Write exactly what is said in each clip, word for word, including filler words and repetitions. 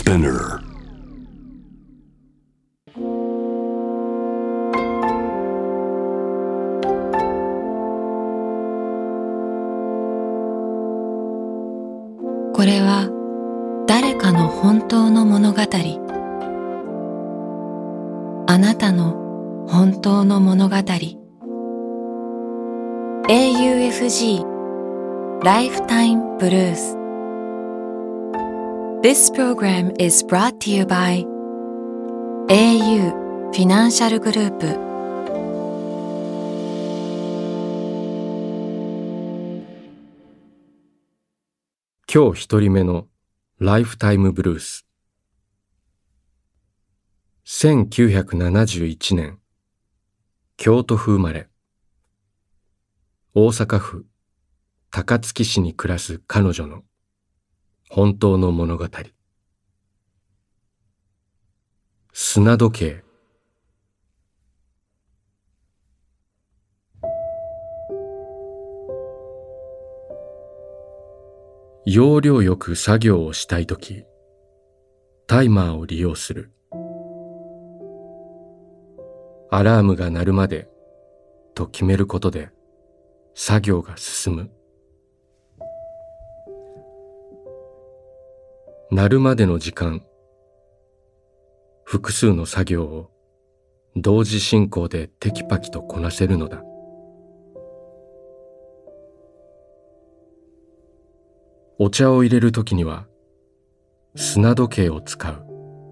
Spinner. これは誰かの本当の物語。あなたの本当の物語。エーユーエフジー Lifetime Blues。 This program is brought to you by エーユー Financial Group。 今日一人目のライフタイムブルース。せんきゅうひゃくななじゅういちねん、京都府生まれ。大阪府高槻市に暮らす彼女の本当の物語。砂時計。要領よく作業をしたいとき、タイマーを利用する。アラームが鳴るまでと決めることで作業が進む。鳴るまでの時間、複数の作業を同時進行でテキパキとこなせるのだ。お茶を入れるときには砂時計を使う。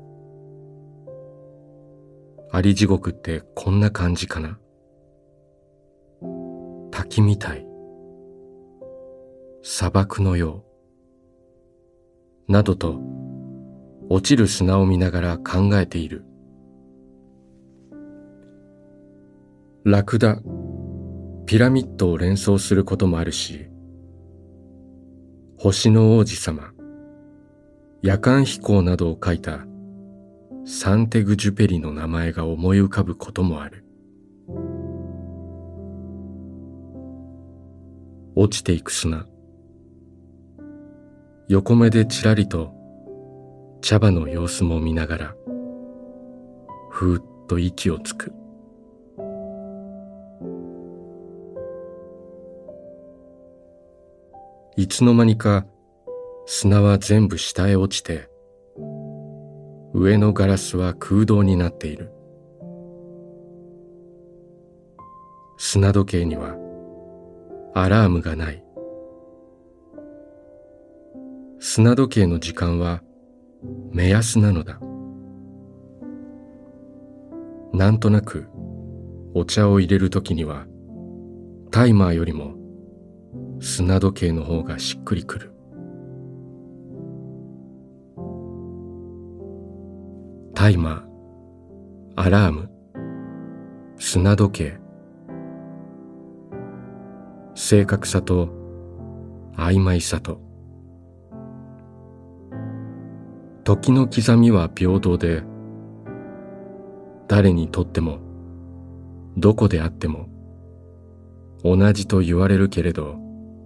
あり地獄ってこんな感じかな。滝みたい。砂漠のよう。などと落ちる砂を見ながら考えている。ラクダ、ピラミッドを連想することもあるし、星の王子様、夜間飛行などを書いたサンテグジュペリの名前が思い浮かぶこともある。落ちていく砂。横目でちらりと茶葉の様子も見ながら、ふーっと息をつく。いつの間にか砂は全部下へ落ちて、上のガラスは空洞になっている。砂時計にはアラームがない。砂時計の時間は目安なのだ。なんとなくお茶を入れるときにはタイマーよりも砂時計の方がしっくりくる。タイマー、アラーム、砂時計。正確さと曖昧さと。時の刻みは平等で、誰にとってもどこであっても同じと言われるけれど、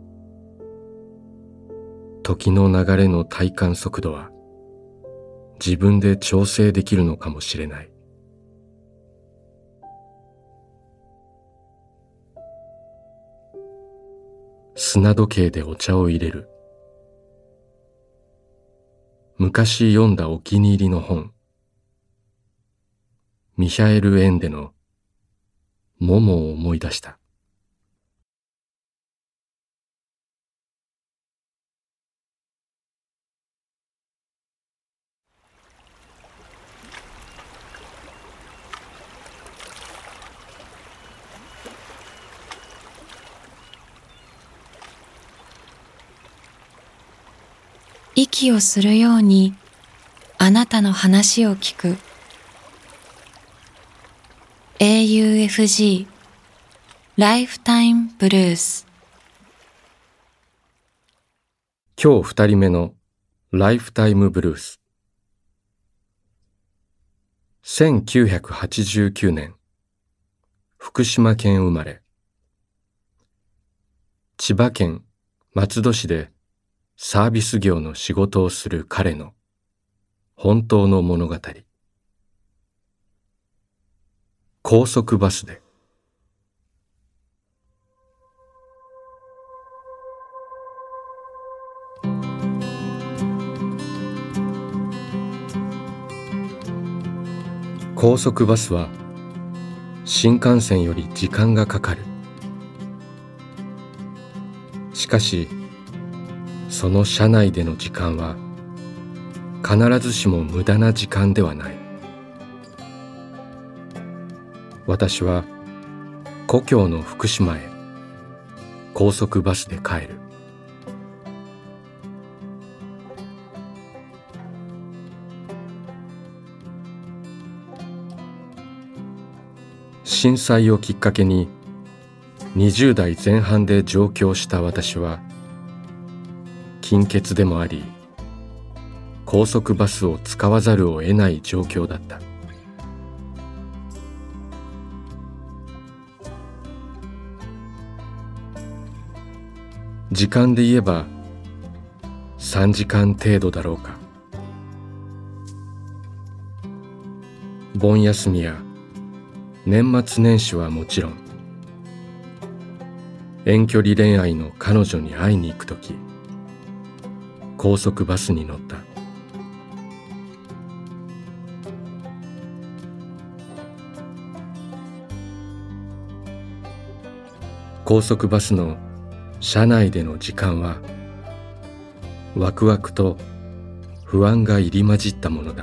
時の流れの体感速度は自分で調整できるのかもしれない。砂時計でお茶を入れる。昔読んだお気に入りの本。ミヒャエル・エンデのモモを思い出した。 息をするようにあなたの話を聞く。 エーユーエフジー Lifetime Blues。 今日二人目のライフタイムブルース。せんきゅうひゃくはちじゅうきゅうねん、福島県生まれ。千葉県松戸市でサービス業の仕事をする彼の本当の物語。高速バスで。高速バスは新幹線より時間がかかる。しかしその車内での時間は必ずしも無駄な時間ではない。私は故郷の福島へ高速バスで帰る。震災をきっかけににじゅう代前半で上京した私は金欠でもあり高速バスを使わざるを得ない状況だった。時間で言えばさんじかん程度だろうか。盆休みや年末年始はもちろん、遠距離恋愛の彼女に会いに行くとき、高速バスに乗った。高速バスの車内での時間はワクワクと不安が入り混じったものだ。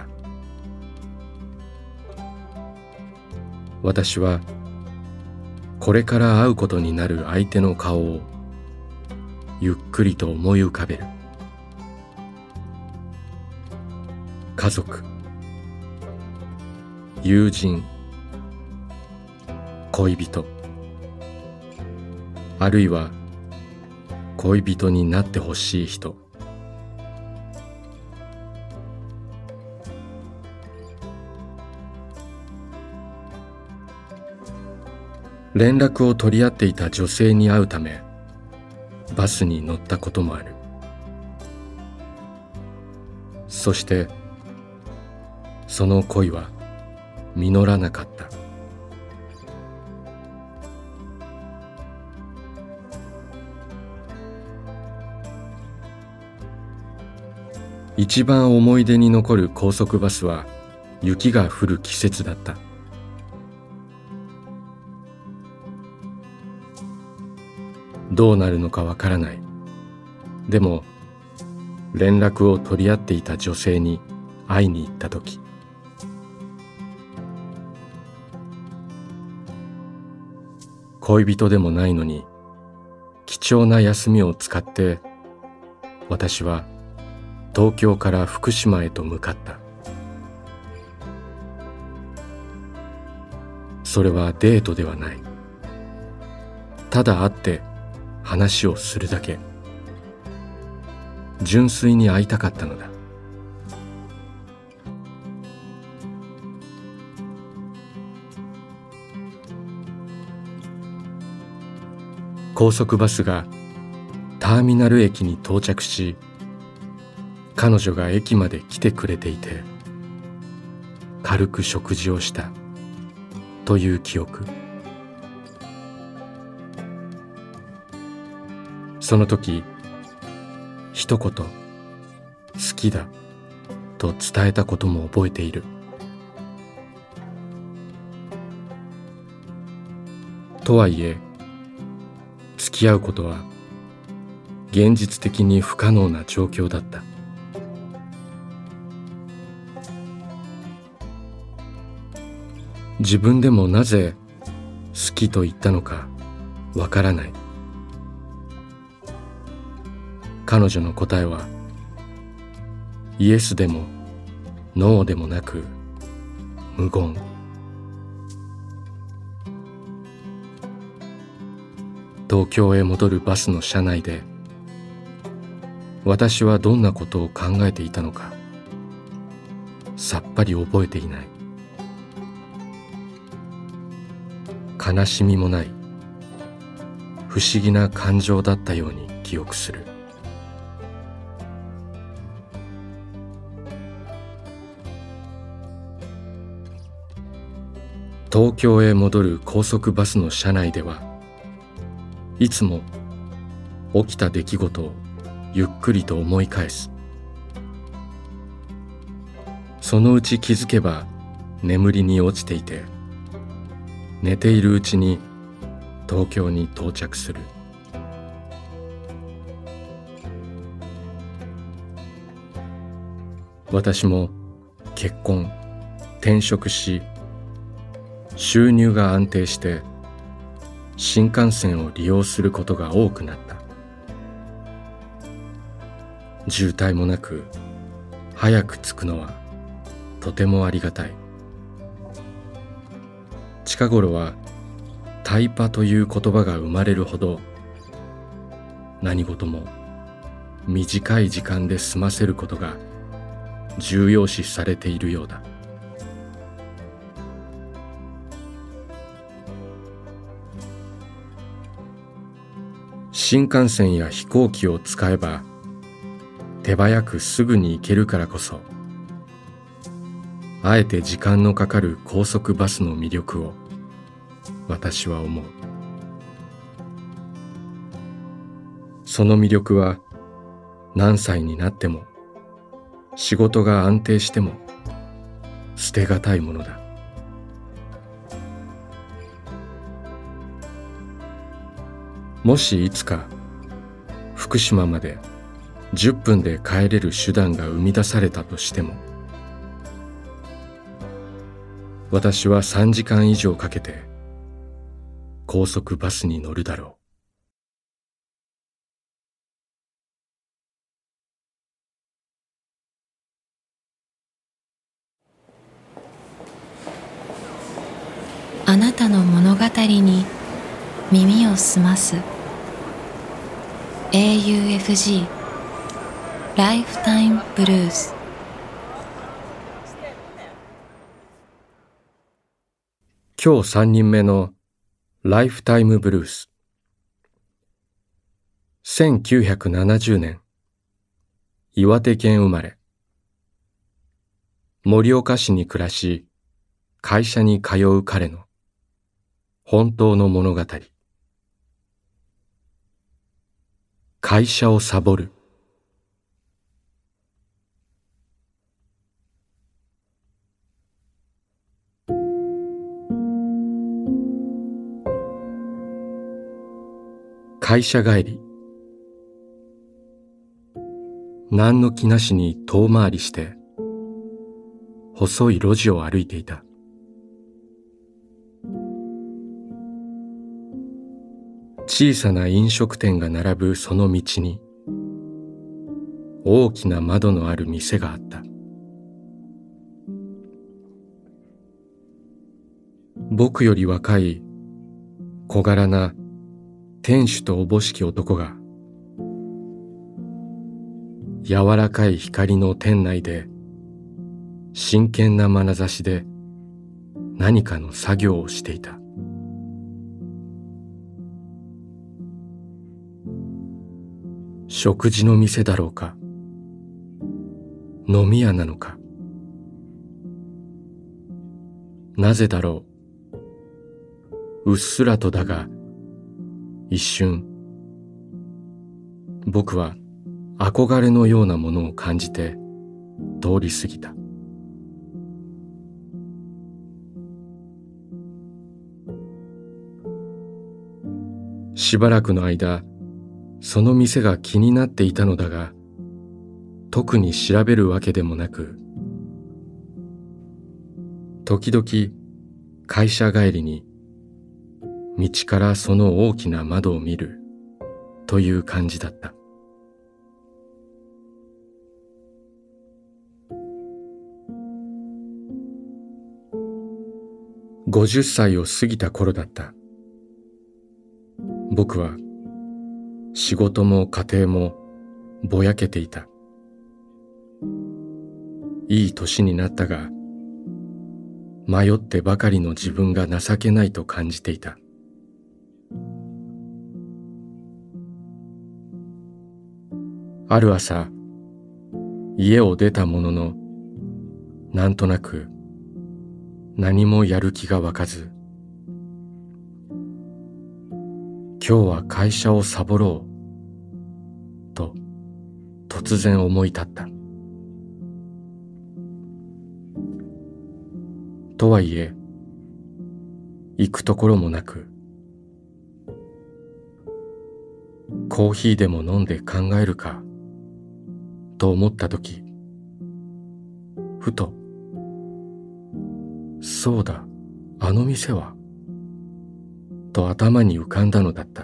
私はこれから会うことになる相手の顔をゆっくりと思い浮かべる。家族、友人、恋人、あるいは恋人になってほしい人。連絡を取り合っていた女性に会うためバスに乗ったこともある。そしてその恋は実らなかった。一番思い出に残る高速バスは雪が降る季節だった。どうなるのかわからない。でも連絡を取り合っていた女性に会いに行ったとき、恋人でもないのに貴重な休みを使って私は東京から福島へと向かった。それはデートではない。ただ会って話をするだけ。純粋に会いたかったのだ。高速バスがターミナル駅に到着し、彼女が駅まで来てくれていて軽く食事をしたという記憶。その時一言好きだと伝えたことも覚えている。とはいえ付き合うことは現実的に不可能な状況だった。自分でもなぜ好きと言ったのかわからない。彼女の答えはイエスでもノーでもなく無言。東京へ戻るバスの車内で私はどんなことを考えていたのかさっぱり覚えていない。悲しみもない不思議な感情だったように記憶する。 東京へ戻る高速バスの車内ではいつも起きた出来事をゆっくりと思い返す。そのうち気づけば眠りに落ちていて、寝ているうちに東京に到着する。私も結婚、転職し、収入が安定して新幹線を利用することが多くなった。渋滞もなく早く着くのはとてもありがたい。近頃はタイパという言葉が生まれるほど、何事も短い時間で済ませることが重要視されているようだ。新幹線や飛行機を使えば手早くすぐに行けるからこそ、あえて時間のかかる高速バスの魅力を私は思う。その魅力は何歳になっても仕事が安定しても捨てがたいものだ。もしいつか福島までじゅっぷんで帰れる手段が生み出されたとしても、私はさんじかん以上かけて高速バスに乗るだろあなたの物語に耳を澄ます エーユーエフジー ライフタイムブルース。 今日さんにんめのライフタイムブルース。せんきゅうひゃくななじゅうねん、岩手県生まれ。盛岡市に暮らし、会社に通う彼の本当の物語。会社をサボる。会社帰り。何の気なしに遠回りして細い路地を歩いていた。小さな飲食店が並ぶその道に大きな窓のある店があった。僕より若い小柄な店主とおぼしき男が柔らかい光の店内で真剣な眼差しで何かの作業をしていた。食事の店だろうか、飲み屋なのか。なぜだろう。うっすらとだが一瞬僕は憧れのようなものを感じて通り過ぎた。しばらくの間その店が気になっていたのだが、特に調べるわけでもなく、時々会社帰りに道からその大きな窓を見るという感じだった。ごじゅっさいを過ぎた頃だった。僕は仕事も家庭もぼやけていた。いい年になったが、迷ってばかりの自分が情けないと感じていた。ある朝、家を出たものの、なんとなく何もやる気が湧かず、今日は会社をサボろうと突然思い立った。とはいえ行くところもなく、コーヒーでも飲んで考えるかと思ったとき、ふと、そうだ、あの店はと頭に浮かんだのだった。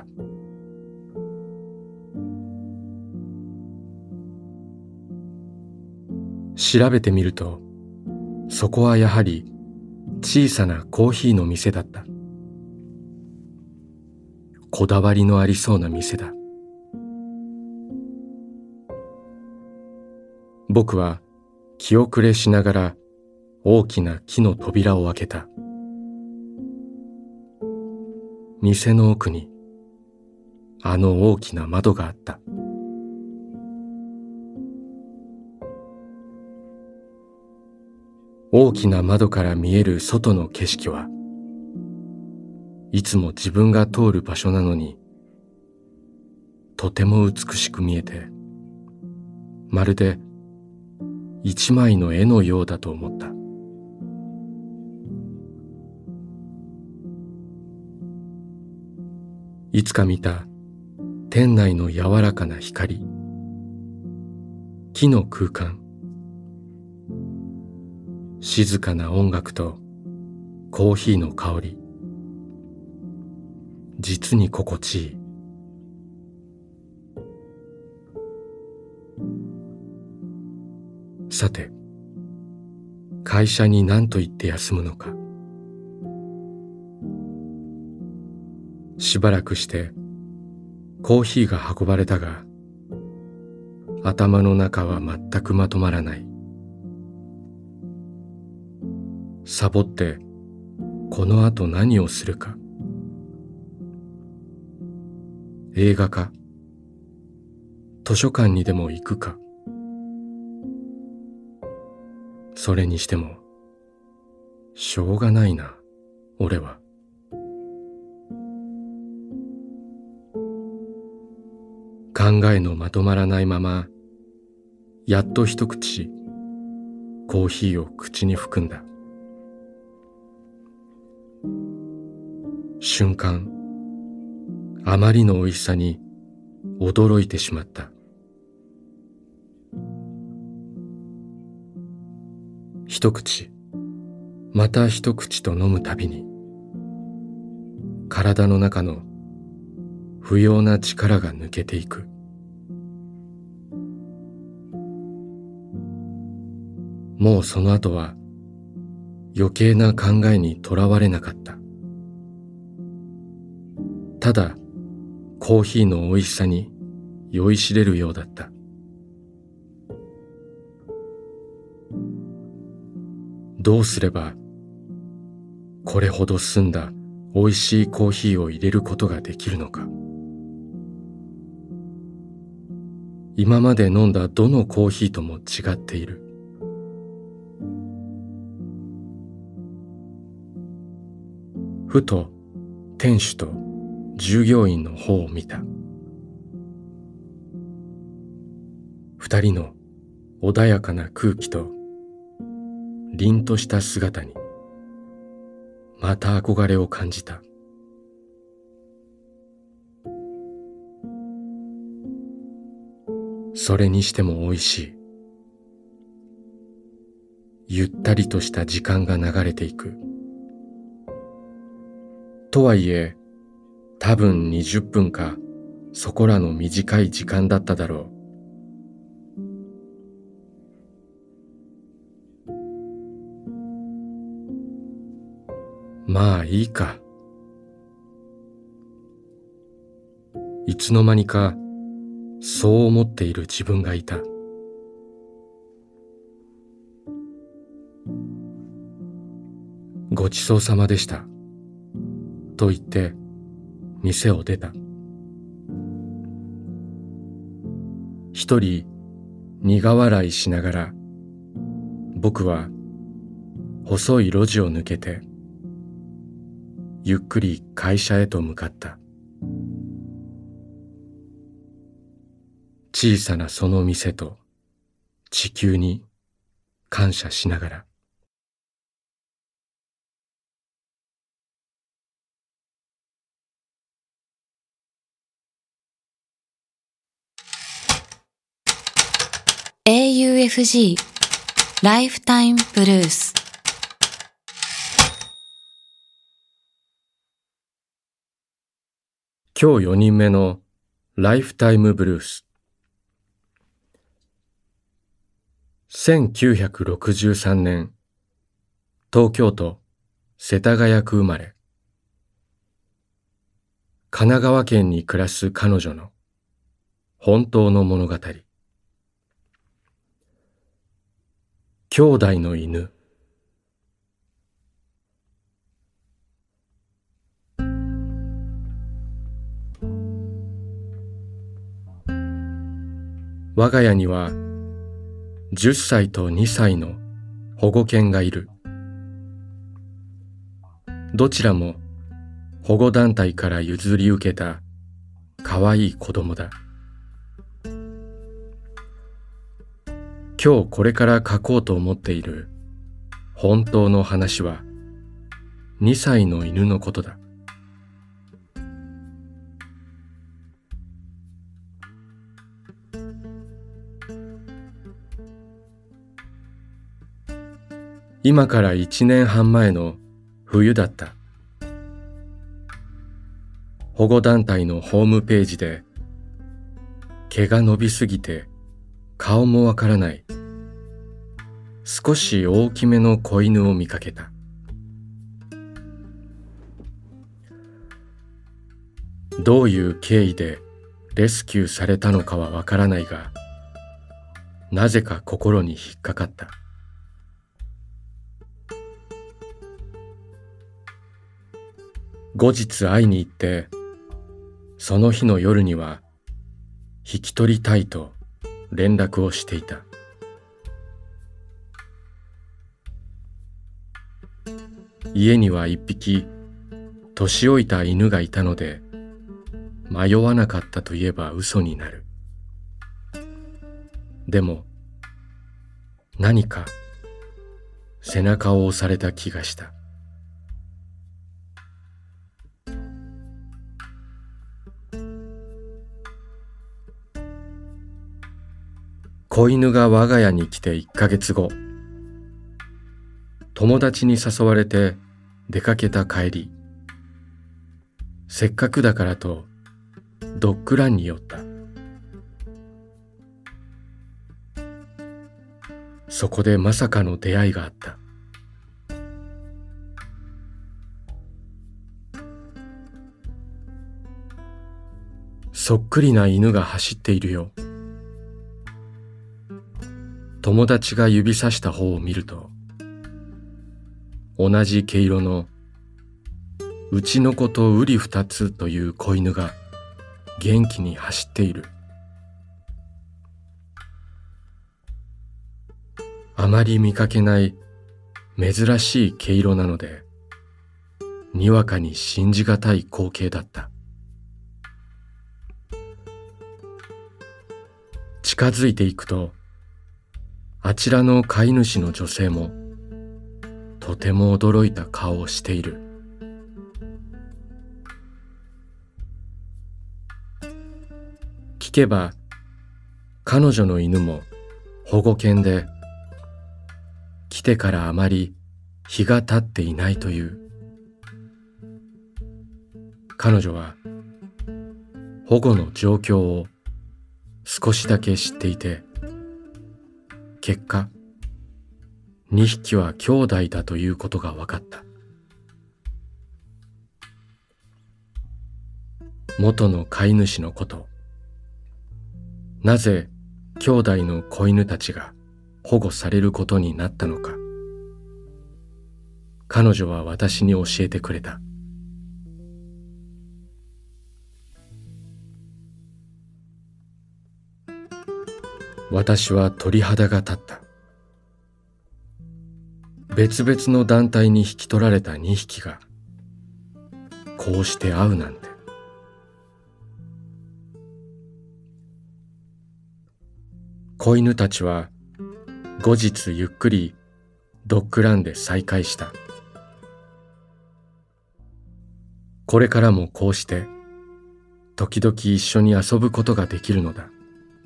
調べてみると、そこはやはり小さなコーヒーの店だった。こだわりのありそうな店だ。僕は気遅れしながら大きな木の扉を開けた。店の奥にあの大きな窓があった。大きな窓から見える外の景色はいつも自分が通る場所なのにとても美しく見えて、まるで一枚の絵のようだと思った。いつか見た店内の柔らかな光、木の空間、静かな音楽とコーヒーの香り、実に心地いい。さて、会社に何と言って休むのか。しばらくしてコーヒーが運ばれたが、頭の中は全くまとまらない。サボってこの後何をするか。映画か、図書館にでも行くか。それにしてもしょうがないな、俺は。考えのまとまらないまま、やっと一口コーヒーを口に含んだ。瞬間、あまりの美味しさに驚いてしまった。一口、また一口と飲むたびに、体の中の不要な力が抜けていく。もうその後は余計な考えにとらわれなかった。ただコーヒーの美味しさに酔いしれるようだった。どうすればこれほど澄んだ美味しいコーヒーを入れることができるのか。今まで飲んだどのコーヒーとも違っている。ふと店主と従業員の方を見た。二人の穏やかな空気と凛とした姿にまた憧れを感じた。それにしても美味しい。ゆったりとした時間が流れていく。とはいえ、多分にじゅっぷんかそこらの短い時間だっただろう。まあいいか。いつの間にかそう思っている自分がいた。ごちそうさまでした。と言って店を出た。一人苦笑いしながら僕は細い路地を抜けてゆっくり会社へと向かった。小さなその店と地球に感謝しながら。 エーユーエフジー ライフタイムブルース。 今日よにんめのライフタイムブルース。せんきゅうひゃくろくじゅうさんねん、東京都世田谷区生まれ。神奈川県に暮らす彼女の本当の物語。兄弟の犬。我が家にはじゅっさいとにさいの保護犬がいる。どちらも保護団体から譲り受けたかわいい子供だ。今日これから書こうと思っている本当の話はにさいの犬のことだ。今からいちねんはん前の冬だった。保護団体のホームページで毛が伸びすぎて顔もわからない少し大きめの子犬を見かけた。どういう経緯でレスキューされたのかはわからないが、なぜか心に引っかかった。後日会いに行って、その日の夜には引き取りたいと連絡をしていた。家には一匹年老いた犬がいたので迷わなかったといえば嘘になる。でも何か背中を押された気がした。子犬が我が家に来ていっかげつご、友達に誘われて出かけた帰り、せっかくだからとドッグランに寄った。そこでまさかの出会いがあった。そっくりな犬が走っているよ。友達が指さした方を見ると、同じ毛色のうちの子とうり二つという子犬が元気に走っている。あまり見かけない珍しい毛色なので、にわかに信じがたい光景だった。近づいていくと、あちらの飼い主の女性もとても驚いた顔をしている。聞けば彼女の犬も保護犬で、来てからあまり日が経っていないという。彼女は保護の状況を少しだけ知っていて、結果にひきは兄弟だということが分かった。元の飼い主のこと、なぜ兄弟の子犬たちが保護されることになったのか、彼女は私に教えてくれた。私は鳥肌が立った。 別々の団体に引き取られたにひきがこうして会うなんて。子犬たちは後日ゆっくりドッグランで再会した。これからもこうして時々一緒に遊ぶことができるのだ。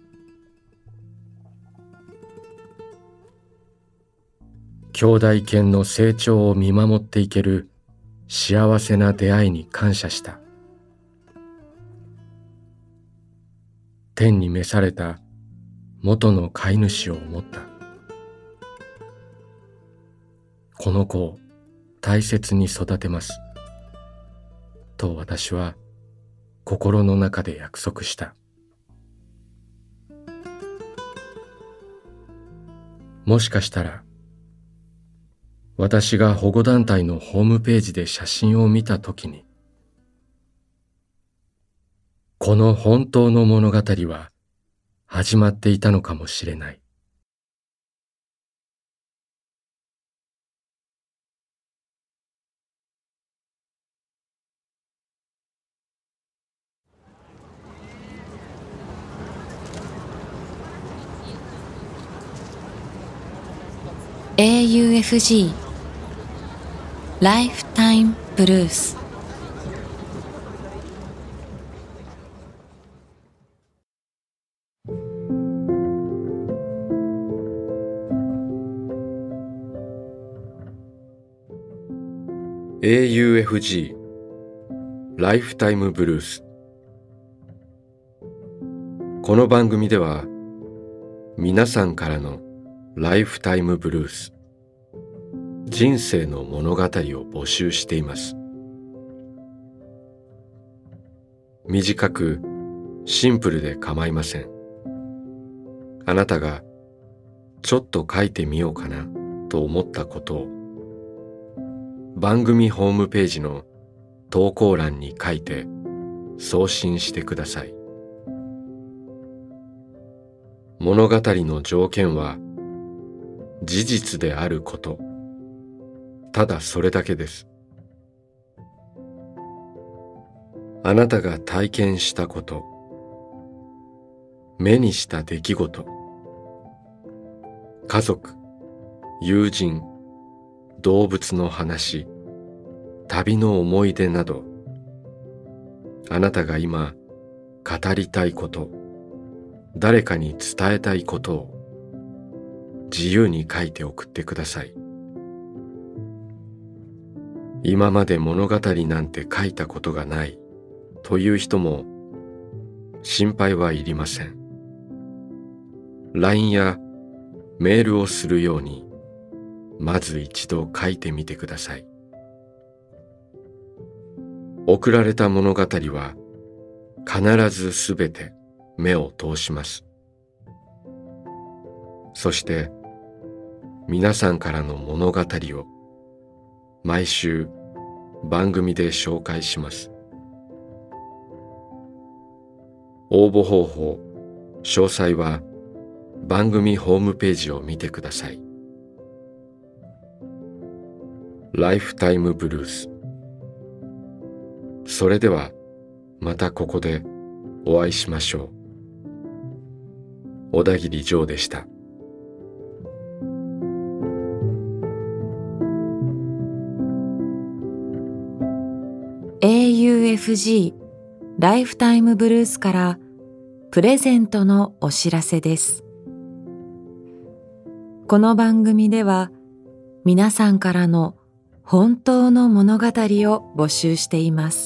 兄弟犬の成長を見守っていける幸せな出会いに感謝した。天に召された元の飼い主を思った。この子を大切に育てます。と私は心の中で約束した。もしかしたら私が保護団体のホームページで写真を見たときに、この本当の物語は始まっていたのかもしれない。 エーユーエフジー ライフタイムブルース。 エーユーエフジー ライフタイムブルース。この番組では皆さんからのライフタイムブルース、人生の物語を募集しています。短くシンプルで構いません。あなたがちょっと書いてみようかなと思ったことを番組ホームページの投稿欄に書いて送信してください。物語の条件は事実であること、ただそれだけです。あなたが体験したこと、目にした出来事、家族、友人、動物の話、旅の思い出など、あなたが今語りたいこと、誰かに伝えたいことを自由に書いて送ってください。今まで物語なんて書いたことがないという人も心配はいりません。ライン やメールをするようにまず一度書いてみてください。送られた物語は必ずすべて目を通します。そして皆さんからの物語を毎週番組で紹介します。応募方法、詳細は番組ホームページを見てください。ライフタイムブルース。それではまたここでお会いしましょう。小田切ジョーでした。 エーユーエフジー ライフタイムブルースからプレゼントのお知らせです。この番組では皆さんからの本当の物語を募集しています。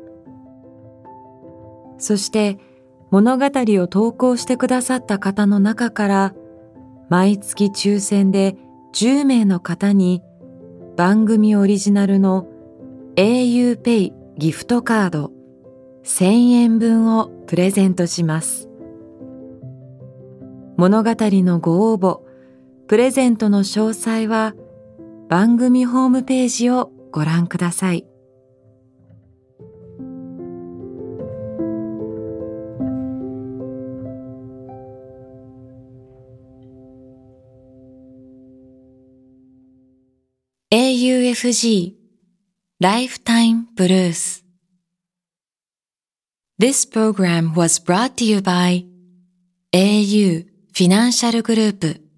そして物語を投稿してくださった方の中から毎月抽選でじゅうめいの方に番組オリジナルの エーユーペイ ギフトカードせんえんぶんをプレゼントします。物語のご応募、プレゼントの詳細は番組ホームページをご覧ください。 エーユーエフジーLifetime Blues. This program was brought to you by エーユー Financial Group